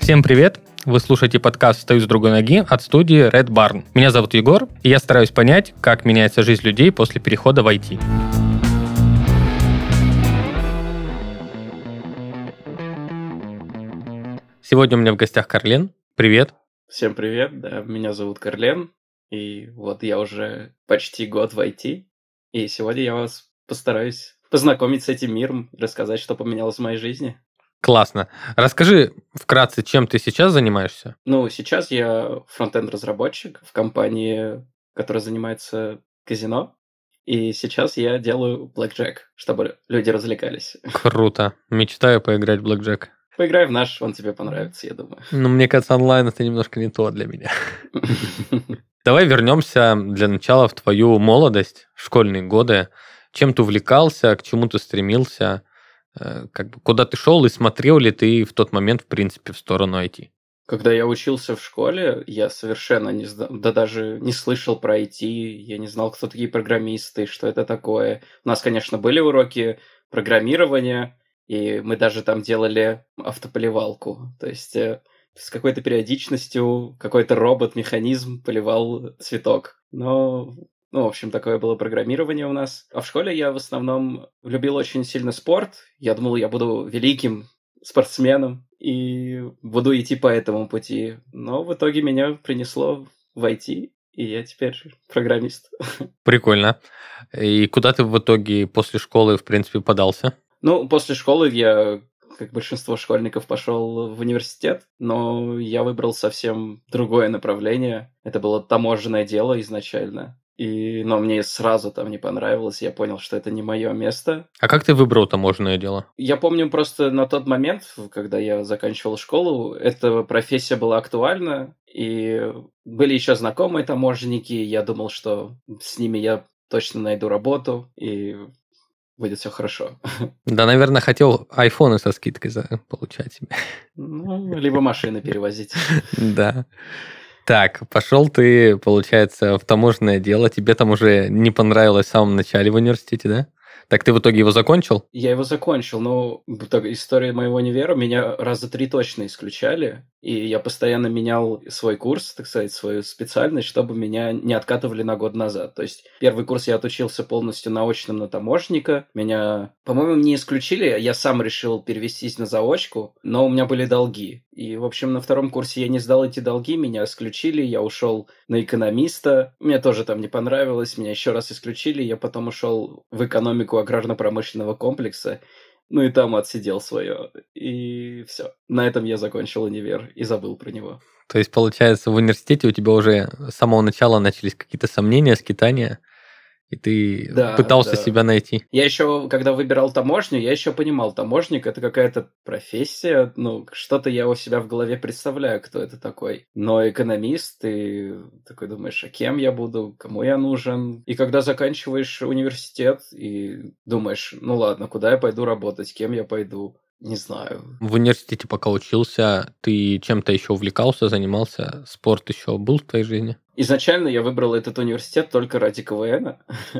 Всем привет! Вы слушаете подкаст «Встаю с другой ноги» от студии Red Barn. Меня зовут Егор, и я стараюсь понять, как меняется жизнь людей после перехода в IT. Сегодня у меня в гостях Карлен. Привет! Всем привет, да, меня зовут Карлен, и вот я уже почти год в IT, и сегодня я вас постараюсь познакомить с этим миром, рассказать, что поменялось в моей жизни. Классно. Расскажи вкратце, чем ты сейчас занимаешься? Сейчас я фронтенд-разработчик в компании, которая занимается казино, и сейчас я делаю blackjack, чтобы люди развлекались. Круто. Мечтаю поиграть в Blackjack. Поиграй в наш, он тебе понравится, я думаю. Но мне кажется, онлайн это немножко не то для меня. Давай вернемся для начала в твою молодость, школьные годы. Чем ты увлекался, к чему ты стремился? Куда ты шел и смотрел ли ты в тот момент, в принципе, в сторону IT? Когда я учился в школе, я совершенно даже не слышал про IT, я не знал, кто такие программисты, что это такое. У нас, конечно, были уроки программирования, и мы даже там делали автополивалку. То есть с какой-то периодичностью какой-то робот-механизм поливал цветок. В общем, такое было программирование у нас. А в школе я в основном любил очень сильно спорт. Я думал, я буду великим спортсменом и буду идти по этому пути. Но в итоге меня принесло в IT, и я теперь программист. Прикольно. И куда ты в итоге после школы, в принципе, подался? После школы я, как большинство школьников, пошел в университет, но я выбрал совсем другое направление. Это было таможенное дело изначально. Но мне сразу там не понравилось, я понял, что это не мое место. А как ты выбрал таможенное дело? Я помню просто на тот момент, когда я заканчивал школу, эта профессия была актуальна, и были еще знакомые таможенники, я думал, что с ними я точно найду работу, и будет все хорошо. Да, наверное, хотел айфоны со скидкой получать себе. Либо машины перевозить. Да. Так, пошел ты, получается, в таможенное дело. Тебе там уже не понравилось в самом начале в университете, да? Так ты в итоге его закончил? Я его закончил, но история моего универа меня раза 3 точно исключали, и я постоянно менял свой курс, так сказать, свою специальность, чтобы меня не откатывали на год назад. То есть первый курс я отучился полностью на очном на таможенника. Меня, по-моему, не исключили, я сам решил перевестись на заочку, но у меня были долги. И, в общем, на втором курсе я не сдал эти долги, меня исключили, я ушел на экономиста. Мне тоже там не понравилось, меня еще раз исключили, я потом ушел в экономику аграрно-промышленного комплекса, и там отсидел свое. И все. На этом я закончил универ и забыл про него. То есть, получается, в университете у тебя уже с самого начала начались какие-то сомнения, скитания, и ты пытался себя найти. Я еще, когда выбирал таможню, я еще понимал, таможник — это какая-то профессия, что-то я у себя в голове представляю, кто это такой. Но экономист, ты такой думаешь, а кем я буду, кому я нужен? И когда заканчиваешь университет и думаешь, ладно, куда я пойду работать, кем я пойду? Не знаю. В университете пока учился, ты чем-то еще увлекался, занимался? Спорт еще был в твоей жизни? Изначально я выбрал этот университет только ради КВН.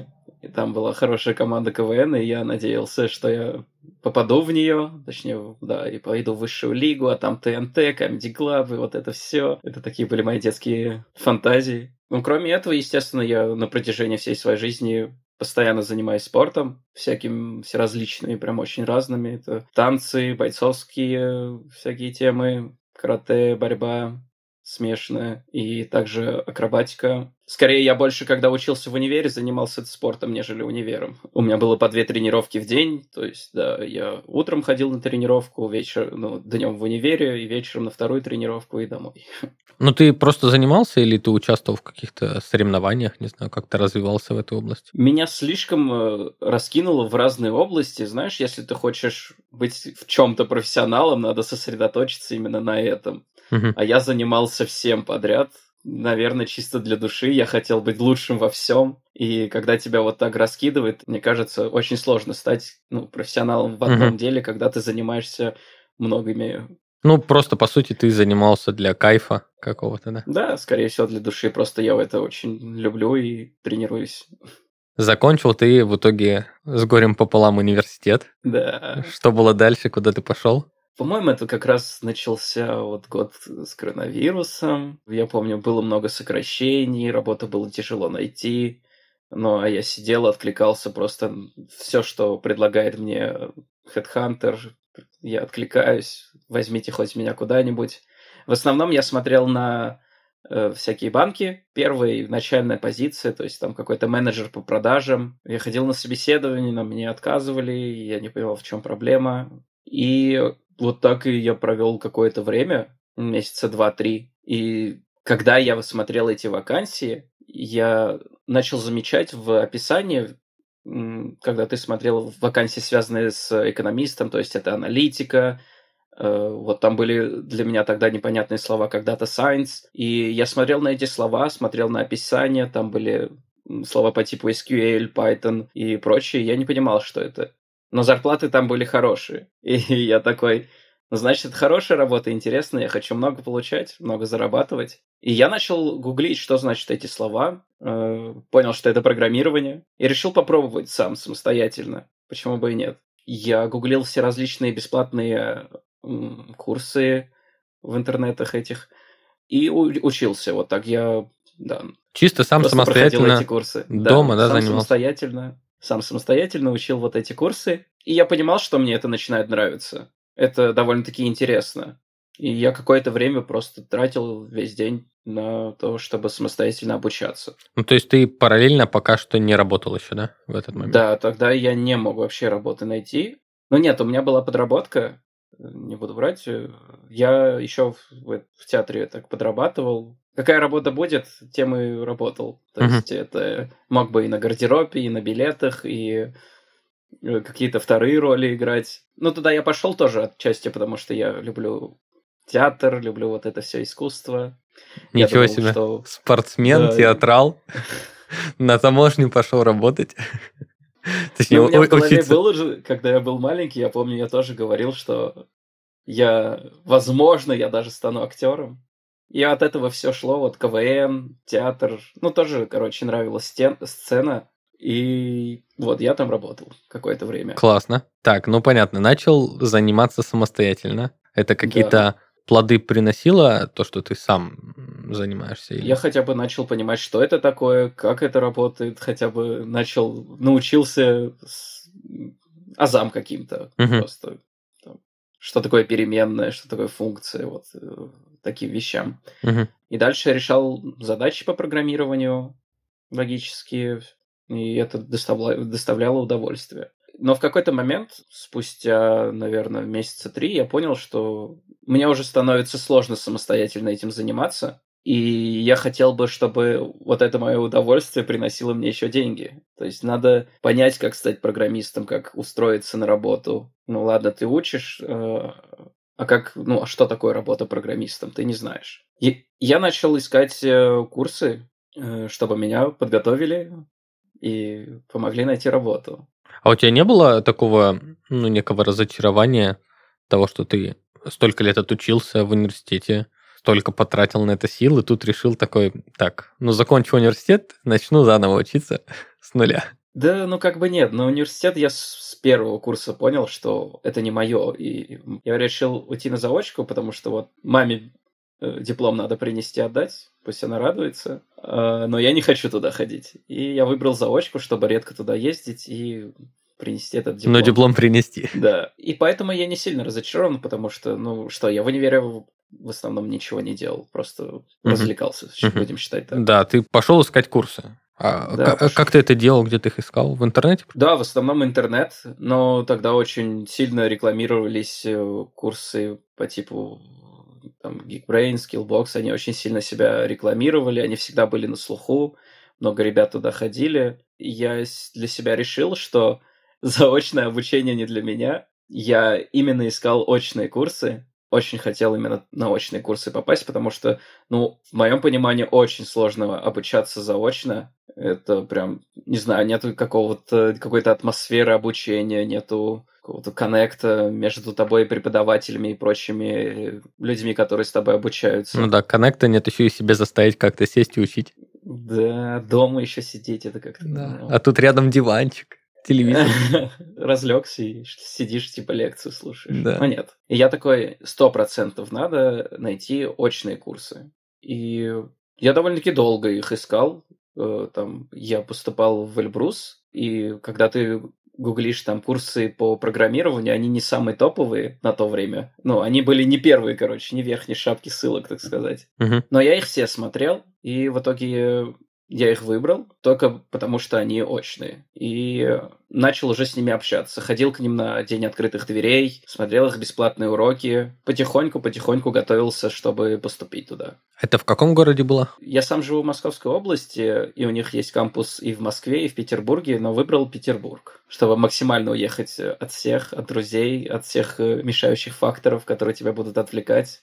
И там была хорошая команда КВН, и я надеялся, что я попаду в нее, точнее, да, и пойду в высшую лигу, а там ТНТ, Comedy Club, и вот это все. Это такие были мои детские фантазии. Кроме этого, естественно, я на протяжении всей своей жизни постоянно занимаюсь спортом, всеразличными, прям очень разными. Это танцы, бойцовские всякие темы, карате, борьба смешанная, и также акробатика. Скорее, я больше, когда учился в универе, занимался спортом, нежели универом. У меня было по 2 тренировки в день, то есть, да, я утром ходил на тренировку, днем в универе, и вечером на вторую тренировку и домой. Ты просто занимался или ты участвовал в каких-то соревнованиях, не знаю, как ты развивался в этой области? Меня слишком раскинуло в разные области. Знаешь, если ты хочешь быть в чем-то профессионалом, надо сосредоточиться именно на этом. А я занимался всем подряд. Наверное, чисто для души. Я хотел быть лучшим во всем. И когда тебя вот так раскидывает, мне кажется, очень сложно стать профессионалом в одном деле, когда ты занимаешься многими. Просто, по сути, ты занимался для кайфа какого-то, да? Да, скорее всего, для души. Просто я это очень люблю и тренируюсь. Закончил ты в итоге с горем пополам университет. Да. Что было дальше? Куда ты пошел? По-моему, это как раз начался вот год с коронавирусом. Я помню, было много сокращений, работу было тяжело найти. Ну, а я сидел, откликался просто все, что предлагает мне HeadHunter. Я откликаюсь, возьмите хоть меня куда-нибудь. В основном я смотрел на всякие банки. Первая начальная позиция, то есть там какой-то менеджер по продажам. Я ходил на собеседование, но мне отказывали, я не понимал, в чем проблема. И вот так и я провел какое-то время, месяца 2-3. И когда я смотрел эти вакансии, я начал замечать в описании, когда ты смотрел вакансии, связанные с экономистом, то есть это аналитика, вот там были для меня тогда непонятные слова, как data science, и я смотрел на эти слова, смотрел на описание, там были слова по типу SQL, Python и прочее, я не понимал, что это. Но зарплаты там были хорошие, и я такой... Ну, значит, это хорошая работа, интересная, я хочу много получать, много зарабатывать. И я начал гуглить, что значат эти слова, понял, что это программирование, и решил попробовать сам, самостоятельно. Почему бы и нет? Я гуглил все различные бесплатные курсы в интернетах этих и учился. Вот так я, да. Чисто сам просто самостоятельно проходил эти курсы. дома, да, сам занимался? Сам самостоятельно учил вот эти курсы, и я понимал, что мне это начинает нравиться. Это довольно-таки интересно. И я какое-то время просто тратил весь день на то, чтобы самостоятельно обучаться. Ну, то есть ты параллельно пока что не работал еще, да, в этот момент? Да, тогда я не мог вообще работы найти. Но нет, у меня была подработка, не буду врать. Я еще в театре так подрабатывал. Какая работа будет, тем и работал. То есть это мог бы и на гардеробе, и на билетах, и какие-то вторые роли играть. Ну, туда я пошел тоже отчасти, потому что я люблю театр, люблю вот это все искусство. Ничего себе. Что... Спортсмен, да. Театрал. На таможню пошел работать. Точнее, у меня в голове было же, когда я был маленький, я помню, я тоже говорил, что возможно, я даже стану актером. И от этого все шло, вот КВН, театр. Ну, тоже, короче, нравилась сцена. И вот я там работал какое-то время. Классно. Так, ну понятно, начал заниматься самостоятельно. Это какие-то плоды приносило, то, что ты сам занимаешься? Или... Я хотя бы начал понимать, что это такое, как это работает, хотя бы научился азам каким-то просто. Там, что такое переменная, что такое функция, вот таким вещам. И дальше я решал задачи по программированию логические, и это доставляло удовольствие. Но в какой-то момент, спустя, наверное, месяца 3, я понял, что мне уже становится сложно самостоятельно этим заниматься, и я хотел бы, чтобы вот это мое удовольствие приносило мне еще деньги. То есть надо понять, как стать программистом, как устроиться на работу. Ну ладно, ты учишь, а что такое работа программистом, ты не знаешь. И я начал искать курсы, чтобы меня подготовили и помогли найти работу. А у тебя не было такого, некого разочарования того, что ты столько лет отучился в университете, столько потратил на это сил, и тут решил такой, закончу университет, начну заново учиться с нуля? Да, нет. На университет я с первого курса понял, что это не мое, и я решил уйти на заочку, потому что вот маме диплом надо принести, отдать, пусть она радуется, но я не хочу туда ходить. И я выбрал заочку, чтобы редко туда ездить и принести этот диплом. Но диплом принести. Да. И поэтому я не сильно разочарован, потому что, я в универе в основном ничего не делал, просто развлекался, будем считать так. Да, ты пошел искать курсы. Как ты это делал, где ты их искал? В интернете? Да, в основном интернет, но тогда очень сильно рекламировались курсы по типу там, Geekbrains, Skillbox, они очень сильно себя рекламировали, они всегда были на слуху, много ребят туда ходили. Я для себя решил, что заочное обучение не для меня. Я именно искал очные курсы, очень хотел именно на очные курсы попасть, потому что, в моем понимании, очень сложно обучаться заочно. Это прям, не знаю, нету какой-то атмосферы обучения, нету какого-то коннекта между тобой и преподавателями и прочими людьми, которые с тобой обучаются. Ну да, коннекта нет, еще и себе заставить как-то сесть и учить. Да, дома еще сидеть, это как-то... Да. А тут рядом диванчик. телевизор. Разлегся и сидишь, типа, лекцию слушаешь. Да. Но нет. И я такой, 100% надо найти очные курсы. И я довольно-таки долго их искал. Там я поступал в Эльбрус, и когда ты гуглишь там курсы по программированию, они не самые топовые на то время. Ну, они были не первые, короче, не верхней шапки ссылок, так сказать. Но я их все смотрел, и в итоге я их выбрал только потому, что они очные. И начал уже с ними общаться. Ходил к ним на день открытых дверей, смотрел их бесплатные уроки. Потихоньку готовился, чтобы поступить туда. Это в каком городе было? Я сам живу в Московской области, и у них есть кампус и в Москве, и в Петербурге, но выбрал Петербург, чтобы максимально уехать от всех, от друзей, от всех мешающих факторов, которые тебя будут отвлекать.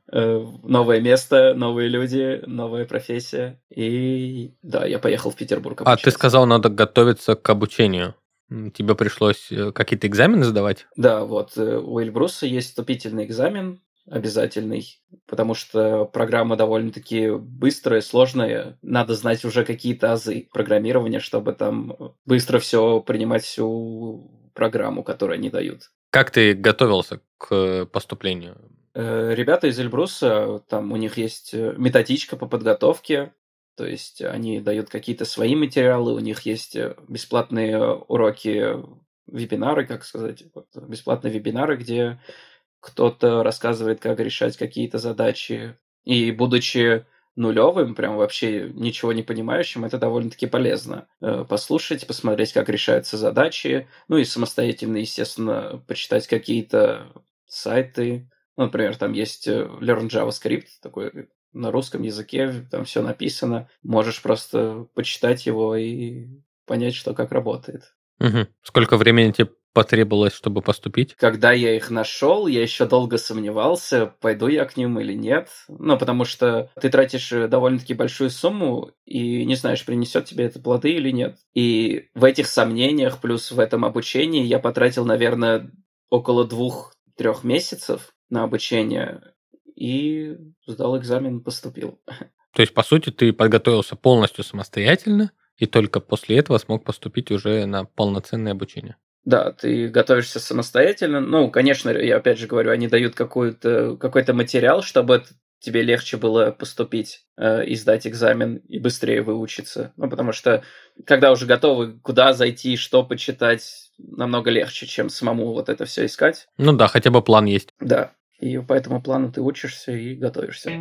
Новое место, новые люди, новая профессия. И да, я поехал в Петербург обучаться. А ты сказал, надо готовиться к обучению. Тебе пришлось какие-то экзамены сдавать? Да, вот у Эльбруса есть вступительный экзамен, обязательный, потому что программа довольно-таки быстрая, сложная. Надо знать уже какие-то азы программирования, чтобы там быстро все принимать, всю программу, которую они дают. Как ты готовился к поступлению? Ребята из Эльбруса, там у них есть методичка по подготовке, то есть они дают какие-то свои материалы, у них есть бесплатные уроки, вебинары, как сказать, бесплатные вебинары, где кто-то рассказывает, как решать какие-то задачи. И будучи нулевым, прям вообще ничего не понимающим, это довольно-таки полезно. Послушать, посмотреть, как решаются задачи, ну и самостоятельно, естественно, почитать какие-то сайты. Ну, например, там есть Learn JavaScript, такой на русском языке, там все написано. Можешь просто почитать его и понять, что как работает. Сколько времени тебе потребовалось, чтобы поступить? Когда я их нашел, я еще долго сомневался, пойду я к ним или нет. Ну, потому что ты тратишь довольно-таки большую сумму и не знаешь, принесет тебе это плоды или нет. И в этих сомнениях, плюс в этом обучении, я потратил, наверное, около 2-3 месяцев на обучение и сдал экзамен, поступил. То есть, по сути, ты подготовился полностью самостоятельно и только после этого смог поступить уже на полноценное обучение? Да, ты готовишься самостоятельно. Ну, конечно, я опять же говорю, они дают какой-то материал, чтобы тебе легче было поступить и сдать экзамен и быстрее выучиться. Ну, потому что, когда уже готовы, куда зайти, что почитать, намного легче, чем самому вот это все искать. Ну да, хотя бы план есть. Да, и по этому плану ты учишься и готовишься.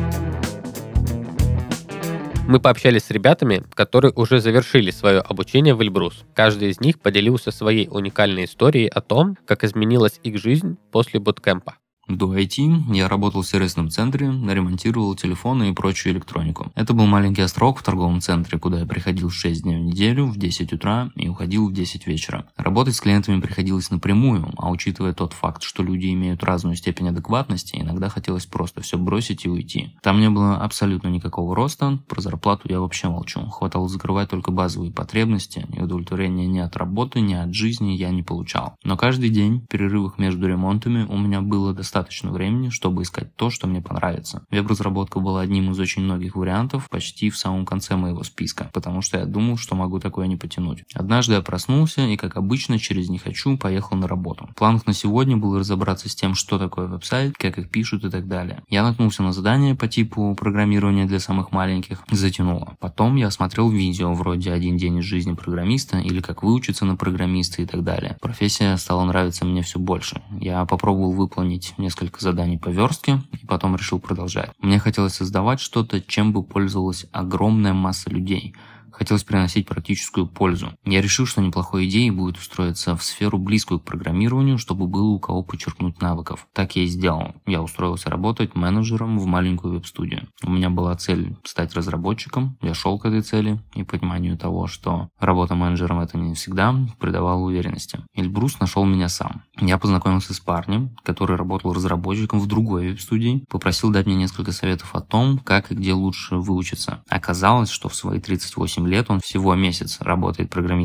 Мы пообщались с ребятами, которые уже завершили свое обучение в Эльбрус. Каждый из них поделился своей уникальной историей о том, как изменилась их жизнь после буткемпа. До IT я работал в сервисном центре, ремонтировал телефоны и прочую электронику. Это был маленький остров в торговом центре, куда я приходил 6 дней в неделю в 10 утра и уходил в 10 вечера. Работать с клиентами приходилось напрямую, а учитывая тот факт, что люди имеют разную степень адекватности, иногда хотелось просто все бросить и уйти. Там не было абсолютно никакого роста, про зарплату я вообще молчу. Хватало закрывать только базовые потребности, и удовлетворения ни от работы, ни от жизни я не получал. Но каждый день в перерывах между ремонтами у меня было достаточно времени, чтобы искать то, что мне понравится. Веб-разработка была одним из очень многих вариантов, почти в самом конце моего списка, потому что я думал, что могу такое не потянуть. Однажды я проснулся и, как обычно, через «не хочу» поехал на работу. В планах на сегодня было разобраться с тем, что такое веб-сайт, как их пишут и так далее. Я наткнулся на задание по типу программирования для самых маленьких, затянуло. Потом я смотрел видео вроде «1 день из жизни программиста» или «Как выучиться на программиста» и так далее. Профессия стала нравиться мне все больше. Я попробовал выполнить несколько заданий по верстке и потом решил продолжать. Мне хотелось создавать что-то, чем бы пользовалась огромная масса людей. Хотелось приносить практическую пользу. Я решил, что неплохой идеей будет устроиться в сферу, близкую к программированию, чтобы было у кого подчеркнуть навыков. Так я и сделал. Я устроился работать менеджером в маленькую веб-студию. У меня была цель стать разработчиком. Я шел к этой цели, и пониманию того, что работа менеджером это не всегда, придавало уверенности. Эльбрус нашел меня сам. Я познакомился с парнем, который работал разработчиком в другой веб-студии, попросил дать мне несколько советов о том, как и где лучше выучиться. Оказалось, что в свои 38 лет он всего месяц работает программистом.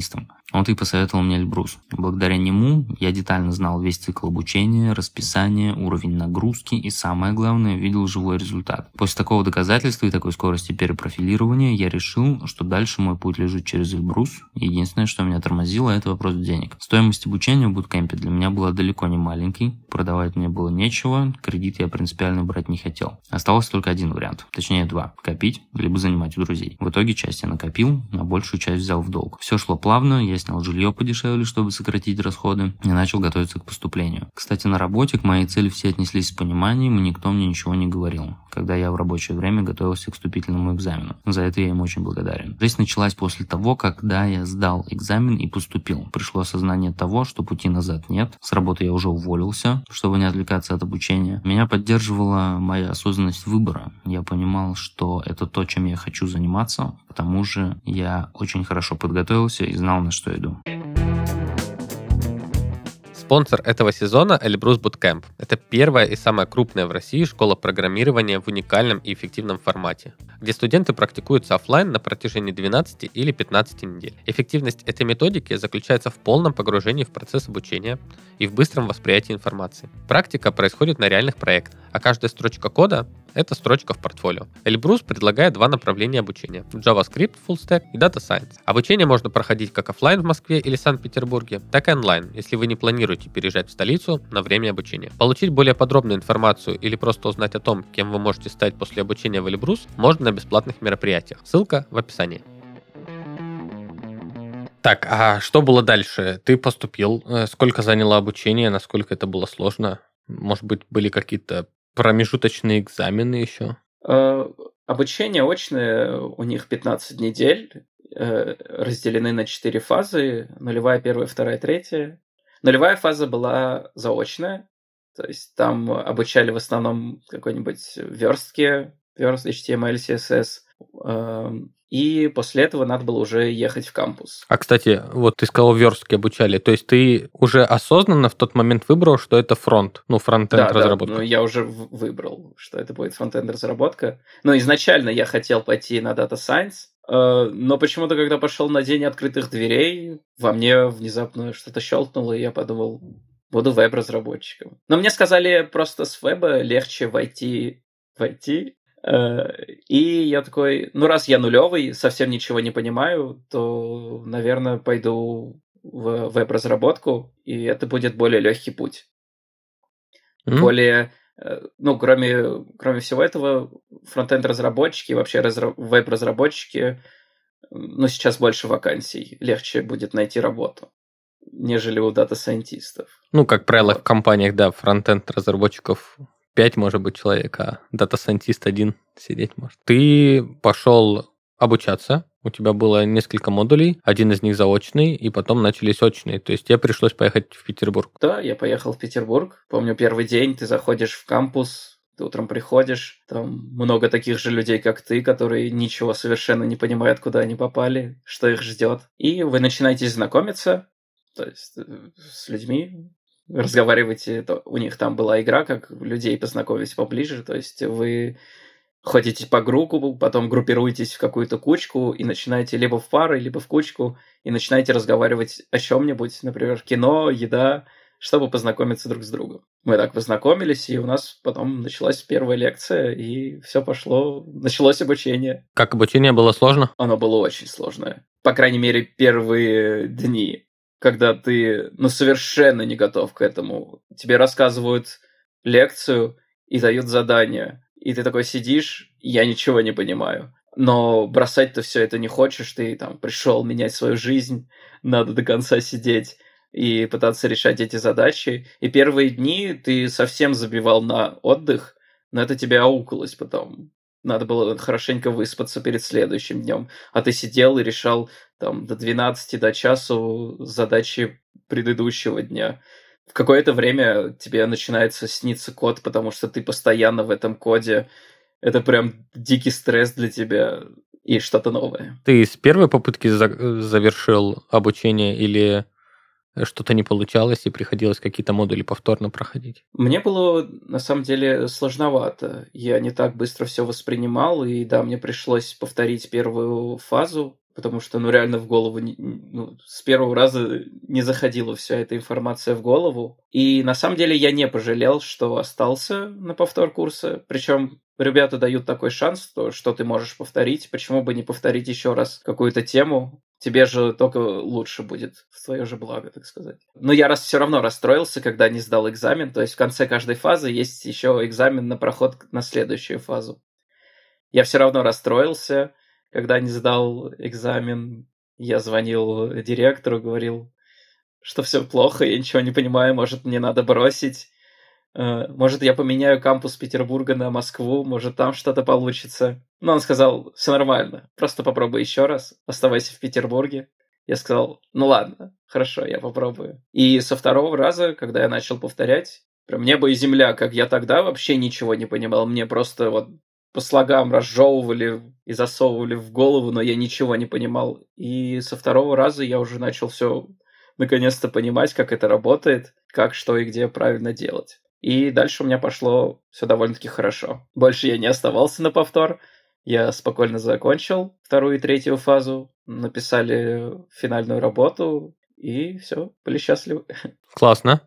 Он и посоветовал мне Эльбрус. Благодаря нему я детально знал весь цикл обучения, расписание, уровень нагрузки и, самое главное, видел живой результат. После такого доказательства и такой скорости перепрофилирования я решил, что дальше мой путь лежит через Эльбрус. Единственное, что меня тормозило, это вопрос денег. Стоимость обучения в буткемпе для меня была далеко не маленькой, продавать мне было нечего, кредит я принципиально брать не хотел. Остался только один вариант, точнее два: копить, либо занимать у друзей. В итоге часть я накопил, а большую часть взял в долг. Все шло плавно, я снял жилье подешевле, чтобы сократить расходы, и начал готовиться к поступлению. Кстати, на работе к моей цели все отнеслись с пониманием, и никто мне ничего не говорил, когда я в рабочее время готовился к вступительному экзамену. За это я им очень благодарен. Жизнь началась после того, когда я сдал экзамен и поступил. Пришло осознание того, что пути назад нет. С работы я уже уволился, чтобы не отвлекаться от обучения. Меня поддерживала моя осознанность выбора. Я понимал, что это то, чем я хочу заниматься. К тому же я очень хорошо подготовился и знал, на что иду. Спонсор этого сезона — Эльбрус Bootcamp. Это первая и самая крупная в России школа программирования в уникальном и эффективном формате, где студенты практикуются офлайн на протяжении 12 или 15 недель. Эффективность этой методики заключается в полном погружении в процесс обучения и в быстром восприятии информации. Практика происходит на реальных проектах, а каждая строчка кода — это строчка в портфолио. Эльбрус предлагает два направления обучения: JavaScript, Full Stack и Data Science. Обучение можно проходить как офлайн в Москве или Санкт-Петербурге, так и онлайн, если вы не планируете переезжать в столицу на время обучения. Получить более подробную информацию или просто узнать о том, кем вы можете стать после обучения в Эльбрус, можно на бесплатных мероприятиях. Ссылка в описании. Так, а что было дальше? Ты поступил, сколько заняло обучение, насколько это было сложно? Может быть, были какие-то промежуточные экзамены еще? Обучение очное, у них 15 недель, разделены на 4 фазы: нулевая, первая, вторая, третья. Нулевая фаза была заочная, то есть там обучали в основном какой-нибудь верстке, HTML, CSS, и после этого надо было уже ехать в кампус. А, кстати, вот ты сказал, верстки обучали, то есть ты уже осознанно в тот момент выбрал, что это фронтенд разработка? Да, я уже выбрал, что это будет фронтенд разработка. Но изначально я хотел пойти на Data Science, но почему-то, когда пошел на день открытых дверей, во мне внезапно что-то щелкнуло, и я подумал, буду веб-разработчиком. Но мне сказали, просто с веба легче войти. И я такой, раз я нулевый, совсем ничего не понимаю, то, наверное, пойду в веб-разработку, и это будет более легкий путь. Более, кроме всего этого, фронтенд-разработчики, вообще веб-разработчики, сейчас больше вакансий, легче будет найти работу, нежели у дата-сайентистов. Как правило, в компаниях, да, фронтенд-разработчиков 5, может быть, человек, а дата-сайентист 1 сидеть может. Ты пошел обучаться, у тебя было несколько модулей, один из них заочный, и потом начались очные, то есть тебе пришлось поехать в Петербург. Да, я поехал в Петербург. Помню, первый день ты заходишь в кампус, ты утром приходишь, там много таких же людей, как ты, которые ничего совершенно не понимают, куда они попали, что их ждет. И вы начинаете знакомиться, то есть с людьми, разговариваете, у них там была игра, как людей познакомить поближе, то есть вы ходите по кругу, потом группируетесь в какую-то кучку и начинаете либо в пары, либо в кучку, и начинаете разговаривать о чем-нибудь, например, кино, еда, чтобы познакомиться друг с другом. Мы так познакомились, и у нас потом началась первая лекция, и все пошло, началось обучение. Как обучение было сложно? Оно было очень сложное. По крайней мере, первые дни, когда ты, совершенно не готов к этому. Тебе рассказывают лекцию и дают задание. И ты такой сидишь, я ничего не понимаю. Но бросать-то все это не хочешь. Ты там пришел менять свою жизнь, надо до конца сидеть и пытаться решать эти задачи. И первые дни ты совсем забивал на отдых, но это тебе аукалось потом. Надо было хорошенько выспаться перед следующим днем. А ты сидел и решал там до 12, до часу задачи предыдущего дня. В какое-то время тебе начинается сниться код, потому что ты постоянно в этом коде. Это прям дикий стресс для тебя и что-то новое. Ты с первой попытки завершил обучение или что-то не получалось и приходилось какие-то модули повторно проходить? Мне было, на самом деле, сложновато. Я не так быстро все воспринимал, и да, мне пришлось повторить первую фазу, потому что, реально в голову с первого раза не заходила вся эта информация в голову. И на самом деле я не пожалел, что остался на повтор курса. Причем ребята дают такой шанс, что ты можешь повторить. Почему бы не повторить еще раз какую-то тему? Тебе же только лучше будет, в твое же благо, так сказать. Но я все равно расстроился, когда не сдал экзамен. То есть в конце каждой фазы есть еще экзамен на проход на следующую фазу. Я все равно расстроился, когда не сдал экзамен. Я звонил директору, говорил, что все плохо, я ничего не понимаю, может, мне надо бросить. Может, я поменяю кампус Петербурга на Москву, может, там что-то получится. Но он сказал, все нормально, просто попробуй еще раз, оставайся в Петербурге. Я сказал, ладно, хорошо, я попробую. И со второго раза, когда я начал повторять, прям небо и земля, как я тогда вообще ничего не понимал, мне просто по слогам разжевывали и засовывали в голову, но я ничего не понимал. И со второго раза я уже начал все наконец-то понимать, как это работает, как, что и где правильно делать. И дальше у меня пошло все довольно-таки хорошо. Больше я не оставался на повтор. Я спокойно закончил вторую и третью фазу, написали финальную работу, и все, были счастливы. Классно.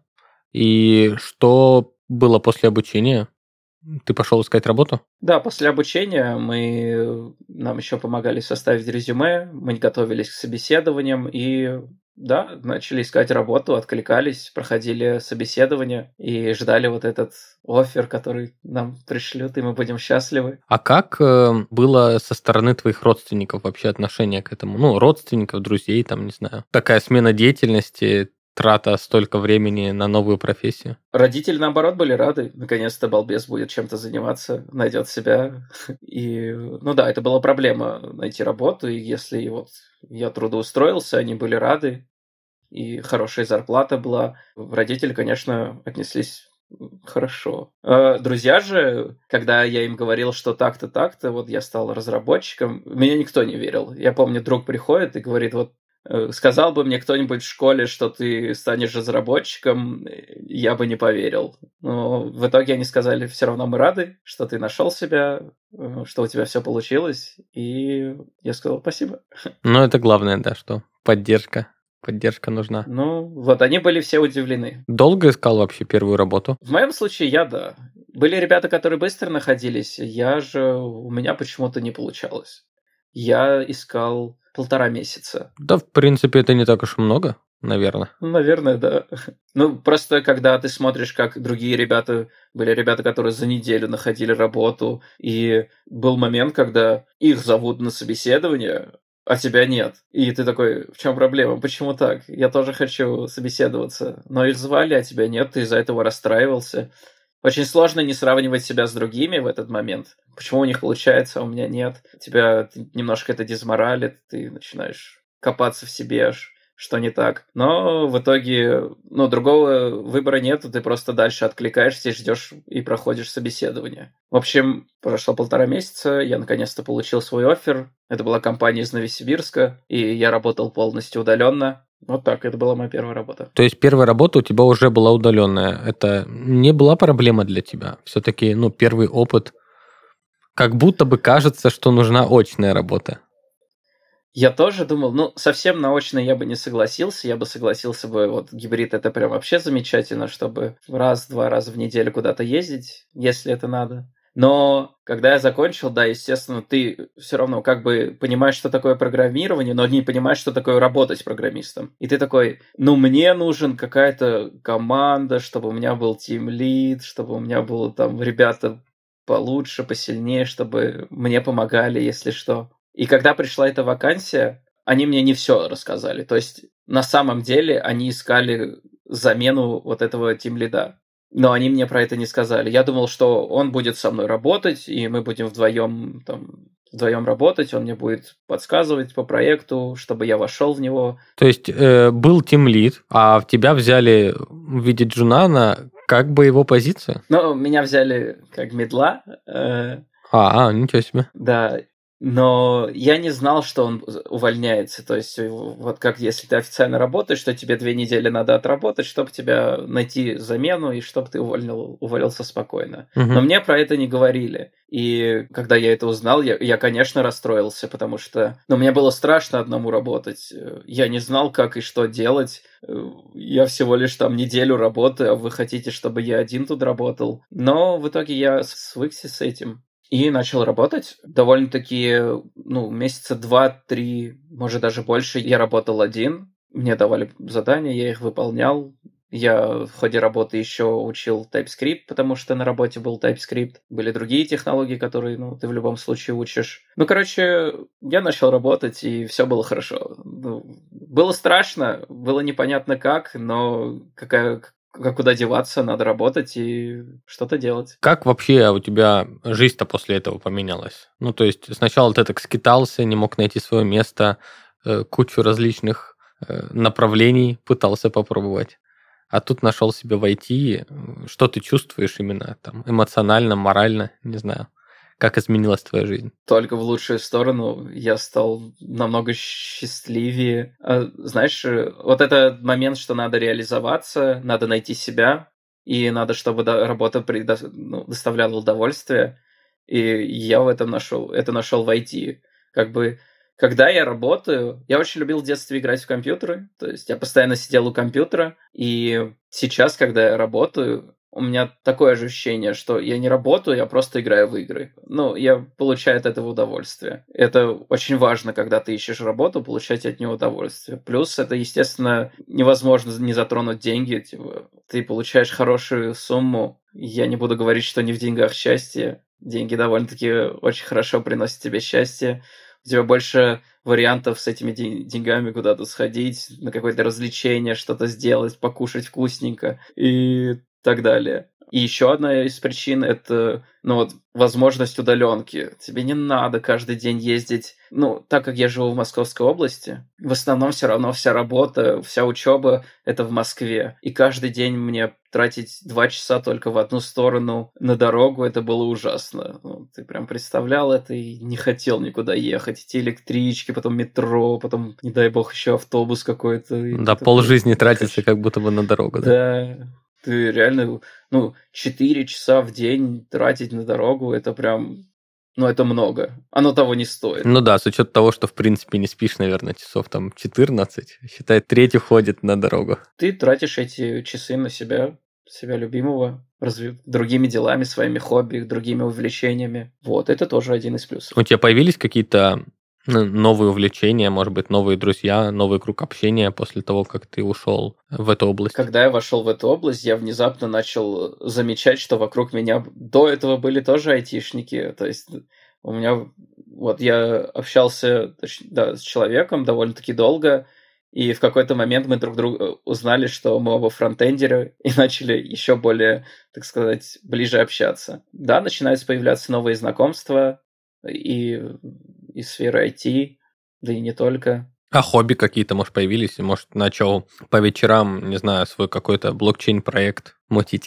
И что было после обучения? Ты пошел искать работу? Да, после обучения нам еще помогали составить резюме, мы готовились к собеседованиям и, да, начали искать работу, откликались, проходили собеседование и ждали этот оффер, который нам пришлют, и мы будем счастливы. А как было со стороны твоих родственников вообще отношение к этому? Родственников, друзей, не знаю. Такая смена деятельности, трата столько времени на новую профессию? Родители, наоборот, были рады. Наконец-то балбес будет чем-то заниматься, найдет себя. И, да, это была проблема найти работу. И если я трудоустроился, они были рады. И хорошая зарплата была. Родители, конечно, отнеслись хорошо. Друзья же, когда я им говорил, что так-то, так-то, я стал разработчиком, меня никто не верил. Я помню, друг приходит и говорит, сказал бы мне кто-нибудь в школе, что ты станешь разработчиком, я бы не поверил. Но в итоге они сказали, все равно мы рады, что ты нашел себя, что у тебя все получилось. И я сказал спасибо. Это главное, да, что поддержка нужна. Они были все удивлены. Долго искал вообще первую работу? В моем случае да. Были ребята, которые быстро находились, у меня почему-то не получалось. Я искал 1,5 месяца. Да, в принципе, это не так уж и много, наверное. Наверное, да. Просто когда ты смотришь, как другие ребята, были ребята, которые за неделю находили работу, и был момент, когда их зовут на собеседование, а тебя нет. И ты такой, в чем проблема? Почему так? Я тоже хочу собеседоваться. Но их звали, а тебя нет, ты из-за этого расстраивался. Очень сложно не сравнивать себя с другими в этот момент. Почему у них получается, а у меня нет? Тебя немножко это дезморалит, ты начинаешь копаться в себе, что не так. Но в итоге, другого выбора нет, ты просто дальше откликаешься и ждешь и проходишь собеседование. В общем, прошло 1,5 месяца, я наконец-то получил свой оффер. Это была компания из Новосибирска, и я работал полностью удаленно. Так, это была моя первая работа. То есть первая работа у тебя уже была удаленная. Это не была проблема для тебя? Все-таки, первый опыт. Как будто бы кажется, что нужна очная работа. Я тоже думал, совсем на очной я бы не согласился. Я бы согласился гибрид это прям вообще замечательно, чтобы 1-2 раза в неделю куда-то ездить, если это надо. Но когда я закончил, да, естественно, ты все равно понимаешь, что такое программирование, но не понимаешь, что такое работать программистом. И ты такой, мне нужен какая-то команда, чтобы у меня был тимлид, чтобы у меня было ребята получше, посильнее, чтобы мне помогали, если что. И когда пришла эта вакансия, они мне не все рассказали. То есть на самом деле они искали замену этого тимлида. Но они мне про это не сказали. Я думал, что он будет со мной работать, и мы будем вдвоем работать, он мне будет подсказывать по проекту, чтобы я вошел в него. То есть был тимлид, а тебя взяли в виде джуна на его позицию? Меня взяли как мидла. Ничего себе. Да. Но я не знал, что он увольняется. То есть, вот как если ты официально работаешь, что тебе 2 недели надо отработать, чтобы тебя найти замену и чтобы ты уволился спокойно. Но мне про это не говорили. И когда я это узнал, я, конечно, расстроился, потому что мне было страшно одному работать. Я не знал, как и что делать. Я всего лишь там неделю работаю, а вы хотите, чтобы я один тут работал. Но в итоге я свыкся с этим. И начал работать. Довольно-таки, месяца 2-3, может даже больше, я работал один. Мне давали задания, я их выполнял. Я в ходе работы еще учил TypeScript, потому что на работе был TypeScript. Были другие технологии, которые, ты в любом случае учишь. Я начал работать, и все было хорошо. Было страшно, было непонятно как, но куда деваться, надо работать и что-то делать. Как вообще у тебя жизнь-то после этого поменялась? То есть сначала ты так скитался, не мог найти свое место, кучу различных направлений пытался попробовать. А тут нашел себя в IT. Что ты чувствуешь именно там эмоционально, морально? Не знаю. Как изменилась твоя жизнь? Только в лучшую сторону. Я стал намного счастливее. Знаешь, вот этот момент, что надо реализоваться, надо найти себя, и надо, чтобы работа доставляла удовольствие. И я это нашел в IT. Когда я работаю, я очень любил в детстве играть в компьютеры, то есть я постоянно сидел у компьютера, и сейчас, когда я работаю, у меня такое же ощущение, что я не работаю, я просто играю в игры. Я получаю от этого удовольствие. Это очень важно, когда ты ищешь работу, получать от нее удовольствие. Плюс это, естественно, невозможно не затронуть деньги. Ты получаешь хорошую сумму. Я не буду говорить, что не в деньгах счастье. Деньги довольно-таки очень хорошо приносят тебе счастье. У тебя больше вариантов с этими деньгами куда-то сходить, на какое-то развлечение, что-то сделать, покушать вкусненько и так далее. И еще одна из причин – это возможность удаленки. Тебе не надо каждый день ездить. Так как я живу в Московской области, в основном все равно вся работа, вся учеба – это в Москве. И каждый день мне тратить 2 часа только в одну сторону на дорогу – это было ужасно. Ты прям представлял это и не хотел никуда ехать. Эти электрички, потом метро, потом, не дай бог, еще автобус какой-то. Да, полжизни тратится как будто бы на дорогу. Да. Ты реально, 4 часа в день тратить на дорогу, это прям, это много. Оно того не стоит. С учетом того, что, в принципе, не спишь, наверное, часов 14, считай, треть уходит на дорогу. Ты тратишь эти часы на себя любимого, другими делами, своими хобби, другими увлечениями. Это тоже один из плюсов. У тебя появились какие-то новые увлечения, может быть, новые друзья, новый круг общения после того, как ты ушел в эту область? Когда я вошел в эту область, я внезапно начал замечать, что вокруг меня до этого были тоже айтишники. То есть у меня... я общался с человеком довольно-таки долго, и в какой-то момент мы друг друга узнали, что мы оба фронтендеры, и начали еще более, так сказать, ближе общаться. Да, начинаются появляться новые знакомства, и из сферы IT, да и не только. А хобби какие-то, может, появились? Может, начал по вечерам, не знаю, свой какой-то блокчейн-проект мутить?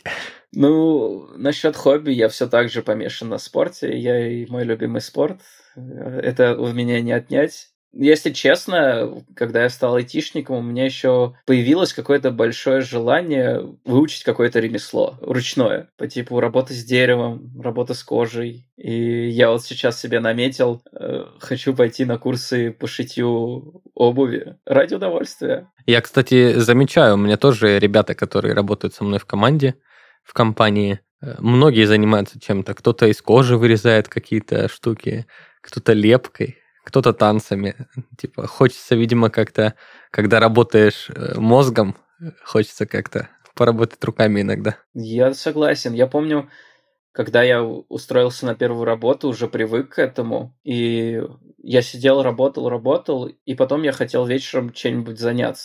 Насчет хобби я все так же помешан на спорте. И мой любимый спорт. Это у меня не отнять. Если честно, когда я стал айтишником, у меня еще появилось какое-то большое желание выучить какое-то ремесло ручное, по типу работы с деревом, работа с кожей. И я сейчас себе наметил, хочу пойти на курсы по шитью обуви ради удовольствия. Я, кстати, замечаю, у меня тоже ребята, которые работают со мной в команде, в компании, многие занимаются чем-то. Кто-то из кожи вырезает какие-то штуки, кто-то лепкой, кто-то танцами. Хочется, видимо, как-то, когда работаешь мозгом, хочется как-то поработать руками иногда. Я согласен. Я помню, когда я устроился на первую работу, уже привык к этому, и я сидел, работал, и потом я хотел вечером чем-нибудь заняться.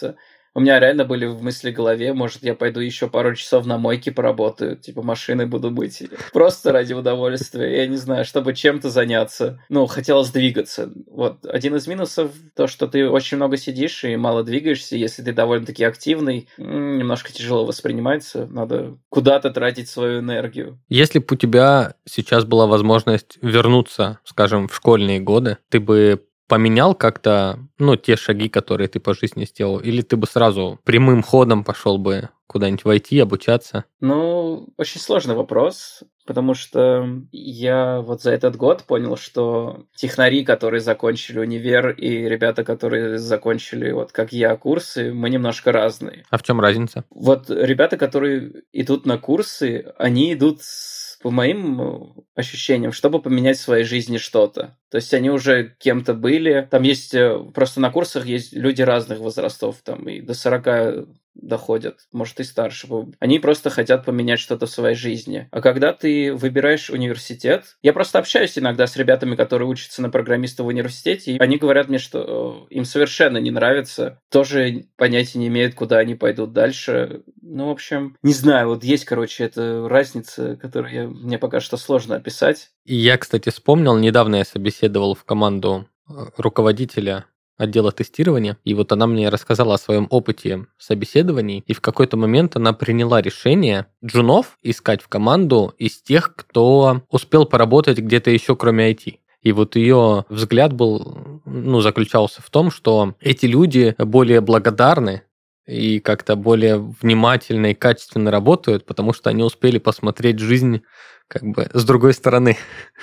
У меня реально были в мысли в голове, может, я пойду еще пару часов на мойке поработаю, типа машины буду мыть. Просто ради удовольствия, я не знаю, чтобы чем-то заняться. Ну, хотелось двигаться. Вот, один из минусов, то, что ты очень много сидишь и мало двигаешься, если ты довольно-таки активный, немножко тяжело воспринимается, надо куда-то тратить свою энергию. Если бы у тебя сейчас была возможность вернуться, скажем, в школьные годы, ты бы поменял как-то, те шаги, которые ты по жизни сделал, или ты бы сразу прямым ходом пошел бы куда-нибудь войти, обучаться? Ну, очень сложный вопрос, потому что я вот за этот год понял, что технари, которые закончили универ, и ребята, которые закончили, вот как я, курсы, мы немножко разные. А в чем разница? Вот ребята, которые идут на курсы, они идут по моим ощущениям, чтобы поменять в своей жизни что-то. То есть они уже кем-то были. Там есть, просто на курсах есть люди разных возрастов, там и до 40 доходят, может и старше. Они просто хотят поменять что-то в своей жизни. А когда ты выбираешь университет, я просто общаюсь иногда с ребятами, которые учатся на программиста в университете, и они говорят мне, что им совершенно не нравится, тоже понятия не имеют, куда они пойдут дальше. Ну, в общем, не знаю, вот есть, короче, эта разница, которую мне пока что сложно описать. И я, кстати, вспомнил, недавно я собеседовал в команду руководителя отдела тестирования, и вот она мне рассказала о своем опыте собеседований, и в какой-то момент она приняла решение джунов искать в команду из тех, кто успел поработать где-то еще, кроме IT. И вот ее взгляд был, заключался в том, что эти люди более благодарны и как-то более внимательно и качественно работают, потому что они успели посмотреть жизнь как бы с другой стороны.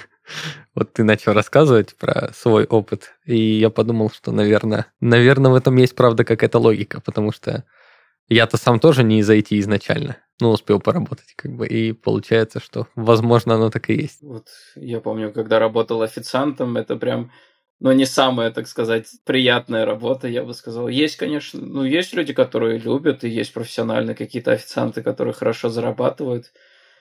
Вот ты начал рассказывать про свой опыт, и я подумал, что, наверное, в этом есть, правда, какая-то логика, потому что я-то сам тоже не из IT изначально, успел поработать, и получается, что, возможно, оно так и есть. Вот я помню, когда работал официантом, это прям, не самая, так сказать, приятная работа, я бы сказал. Есть, конечно, есть люди, которые любят, и есть профессиональные какие-то официанты, которые хорошо зарабатывают.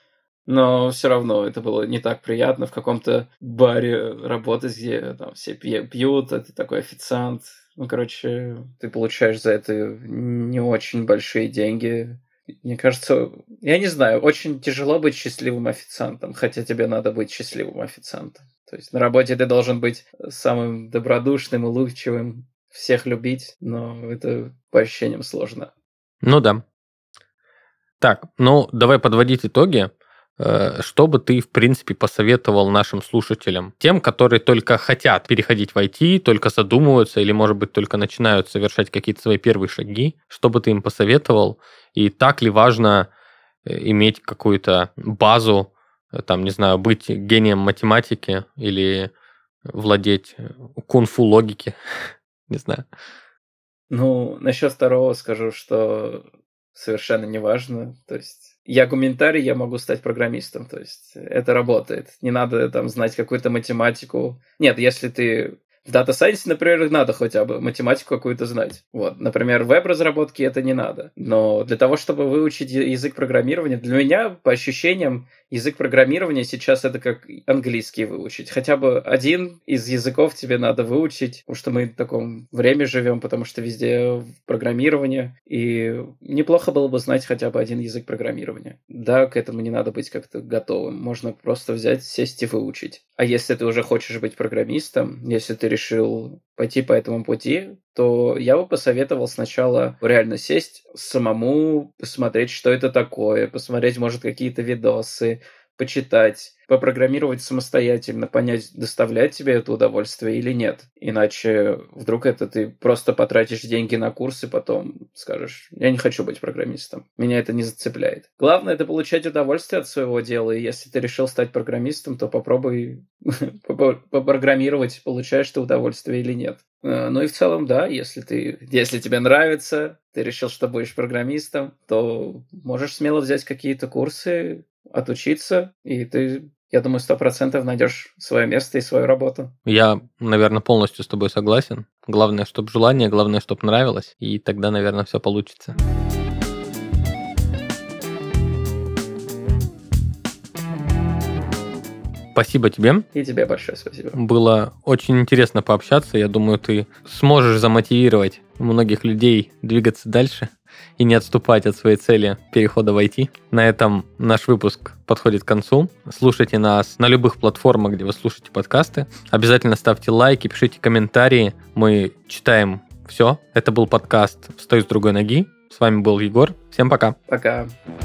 Но все равно это было не так приятно в каком-то баре работать, где там все пьют, а ты такой официант. Ты получаешь за это не очень большие деньги. Мне кажется, я не знаю, очень тяжело быть счастливым официантом, хотя тебе надо быть счастливым официантом. То есть на работе ты должен быть самым добродушным, улыбчивым, всех любить, но это по ощущениям сложно. Ну да. Так, давай подводить итоги. Что бы ты, в принципе, посоветовал нашим слушателям? Тем, которые только хотят переходить в IT, только задумываются или, может быть, только начинают совершать какие-то свои первые шаги. Что бы ты им посоветовал? И так ли важно иметь какую-то базу, там, не знаю, быть гением математики или владеть кунг-фу логики? Не знаю. Насчет второго скажу, что совершенно не важно. То есть я гуманитарий, я могу стать программистом. То есть это работает. Не надо там знать какую-то математику. Нет, если ты в Data Science, например, надо хотя бы математику какую-то знать. Вот, например, в веб-разработке это не надо. Но для того, чтобы выучить язык программирования, для меня, по ощущениям, язык программирования сейчас это как английский выучить. Хотя бы один из языков тебе надо выучить, потому что мы в таком время живем, потому что везде программирование. И неплохо было бы знать хотя бы один язык программирования. Да, к этому не надо быть как-то готовым. Можно просто взять, сесть и выучить. А если ты уже хочешь быть программистом, если ты решил пойти по этому пути, то я бы посоветовал сначала реально сесть самому, посмотреть, что это такое, посмотреть, может, какие-то видосы, почитать, попрограммировать самостоятельно, понять, доставляет тебе это удовольствие или нет. Иначе вдруг ты просто потратишь деньги на курсы, потом скажешь, я не хочу быть программистом, меня это не зацепляет. Главное — это получать удовольствие от своего дела, и если ты решил стать программистом, то попробуй попрограммировать, получаешь ты удовольствие или нет. Ну и в целом, да, если тебе нравится, ты решил, что будешь программистом, то можешь смело взять какие-то курсы, отучиться, и ты, я думаю, 100% найдешь свое место и свою работу. Я, наверное, полностью с тобой согласен. Главное, чтобы желание, главное, чтобы нравилось, и тогда, наверное, все получится. Спасибо тебе. И тебе большое спасибо. Было очень интересно пообщаться. Я думаю, ты сможешь замотивировать многих людей двигаться дальше и не отступать от своей цели перехода в IT. На этом наш выпуск подходит к концу. Слушайте нас на любых платформах, где вы слушаете подкасты. Обязательно ставьте лайки, пишите комментарии. Мы читаем все. Это был подкаст «Встаю с другой ноги». С вами был Егор. Всем пока. Пока.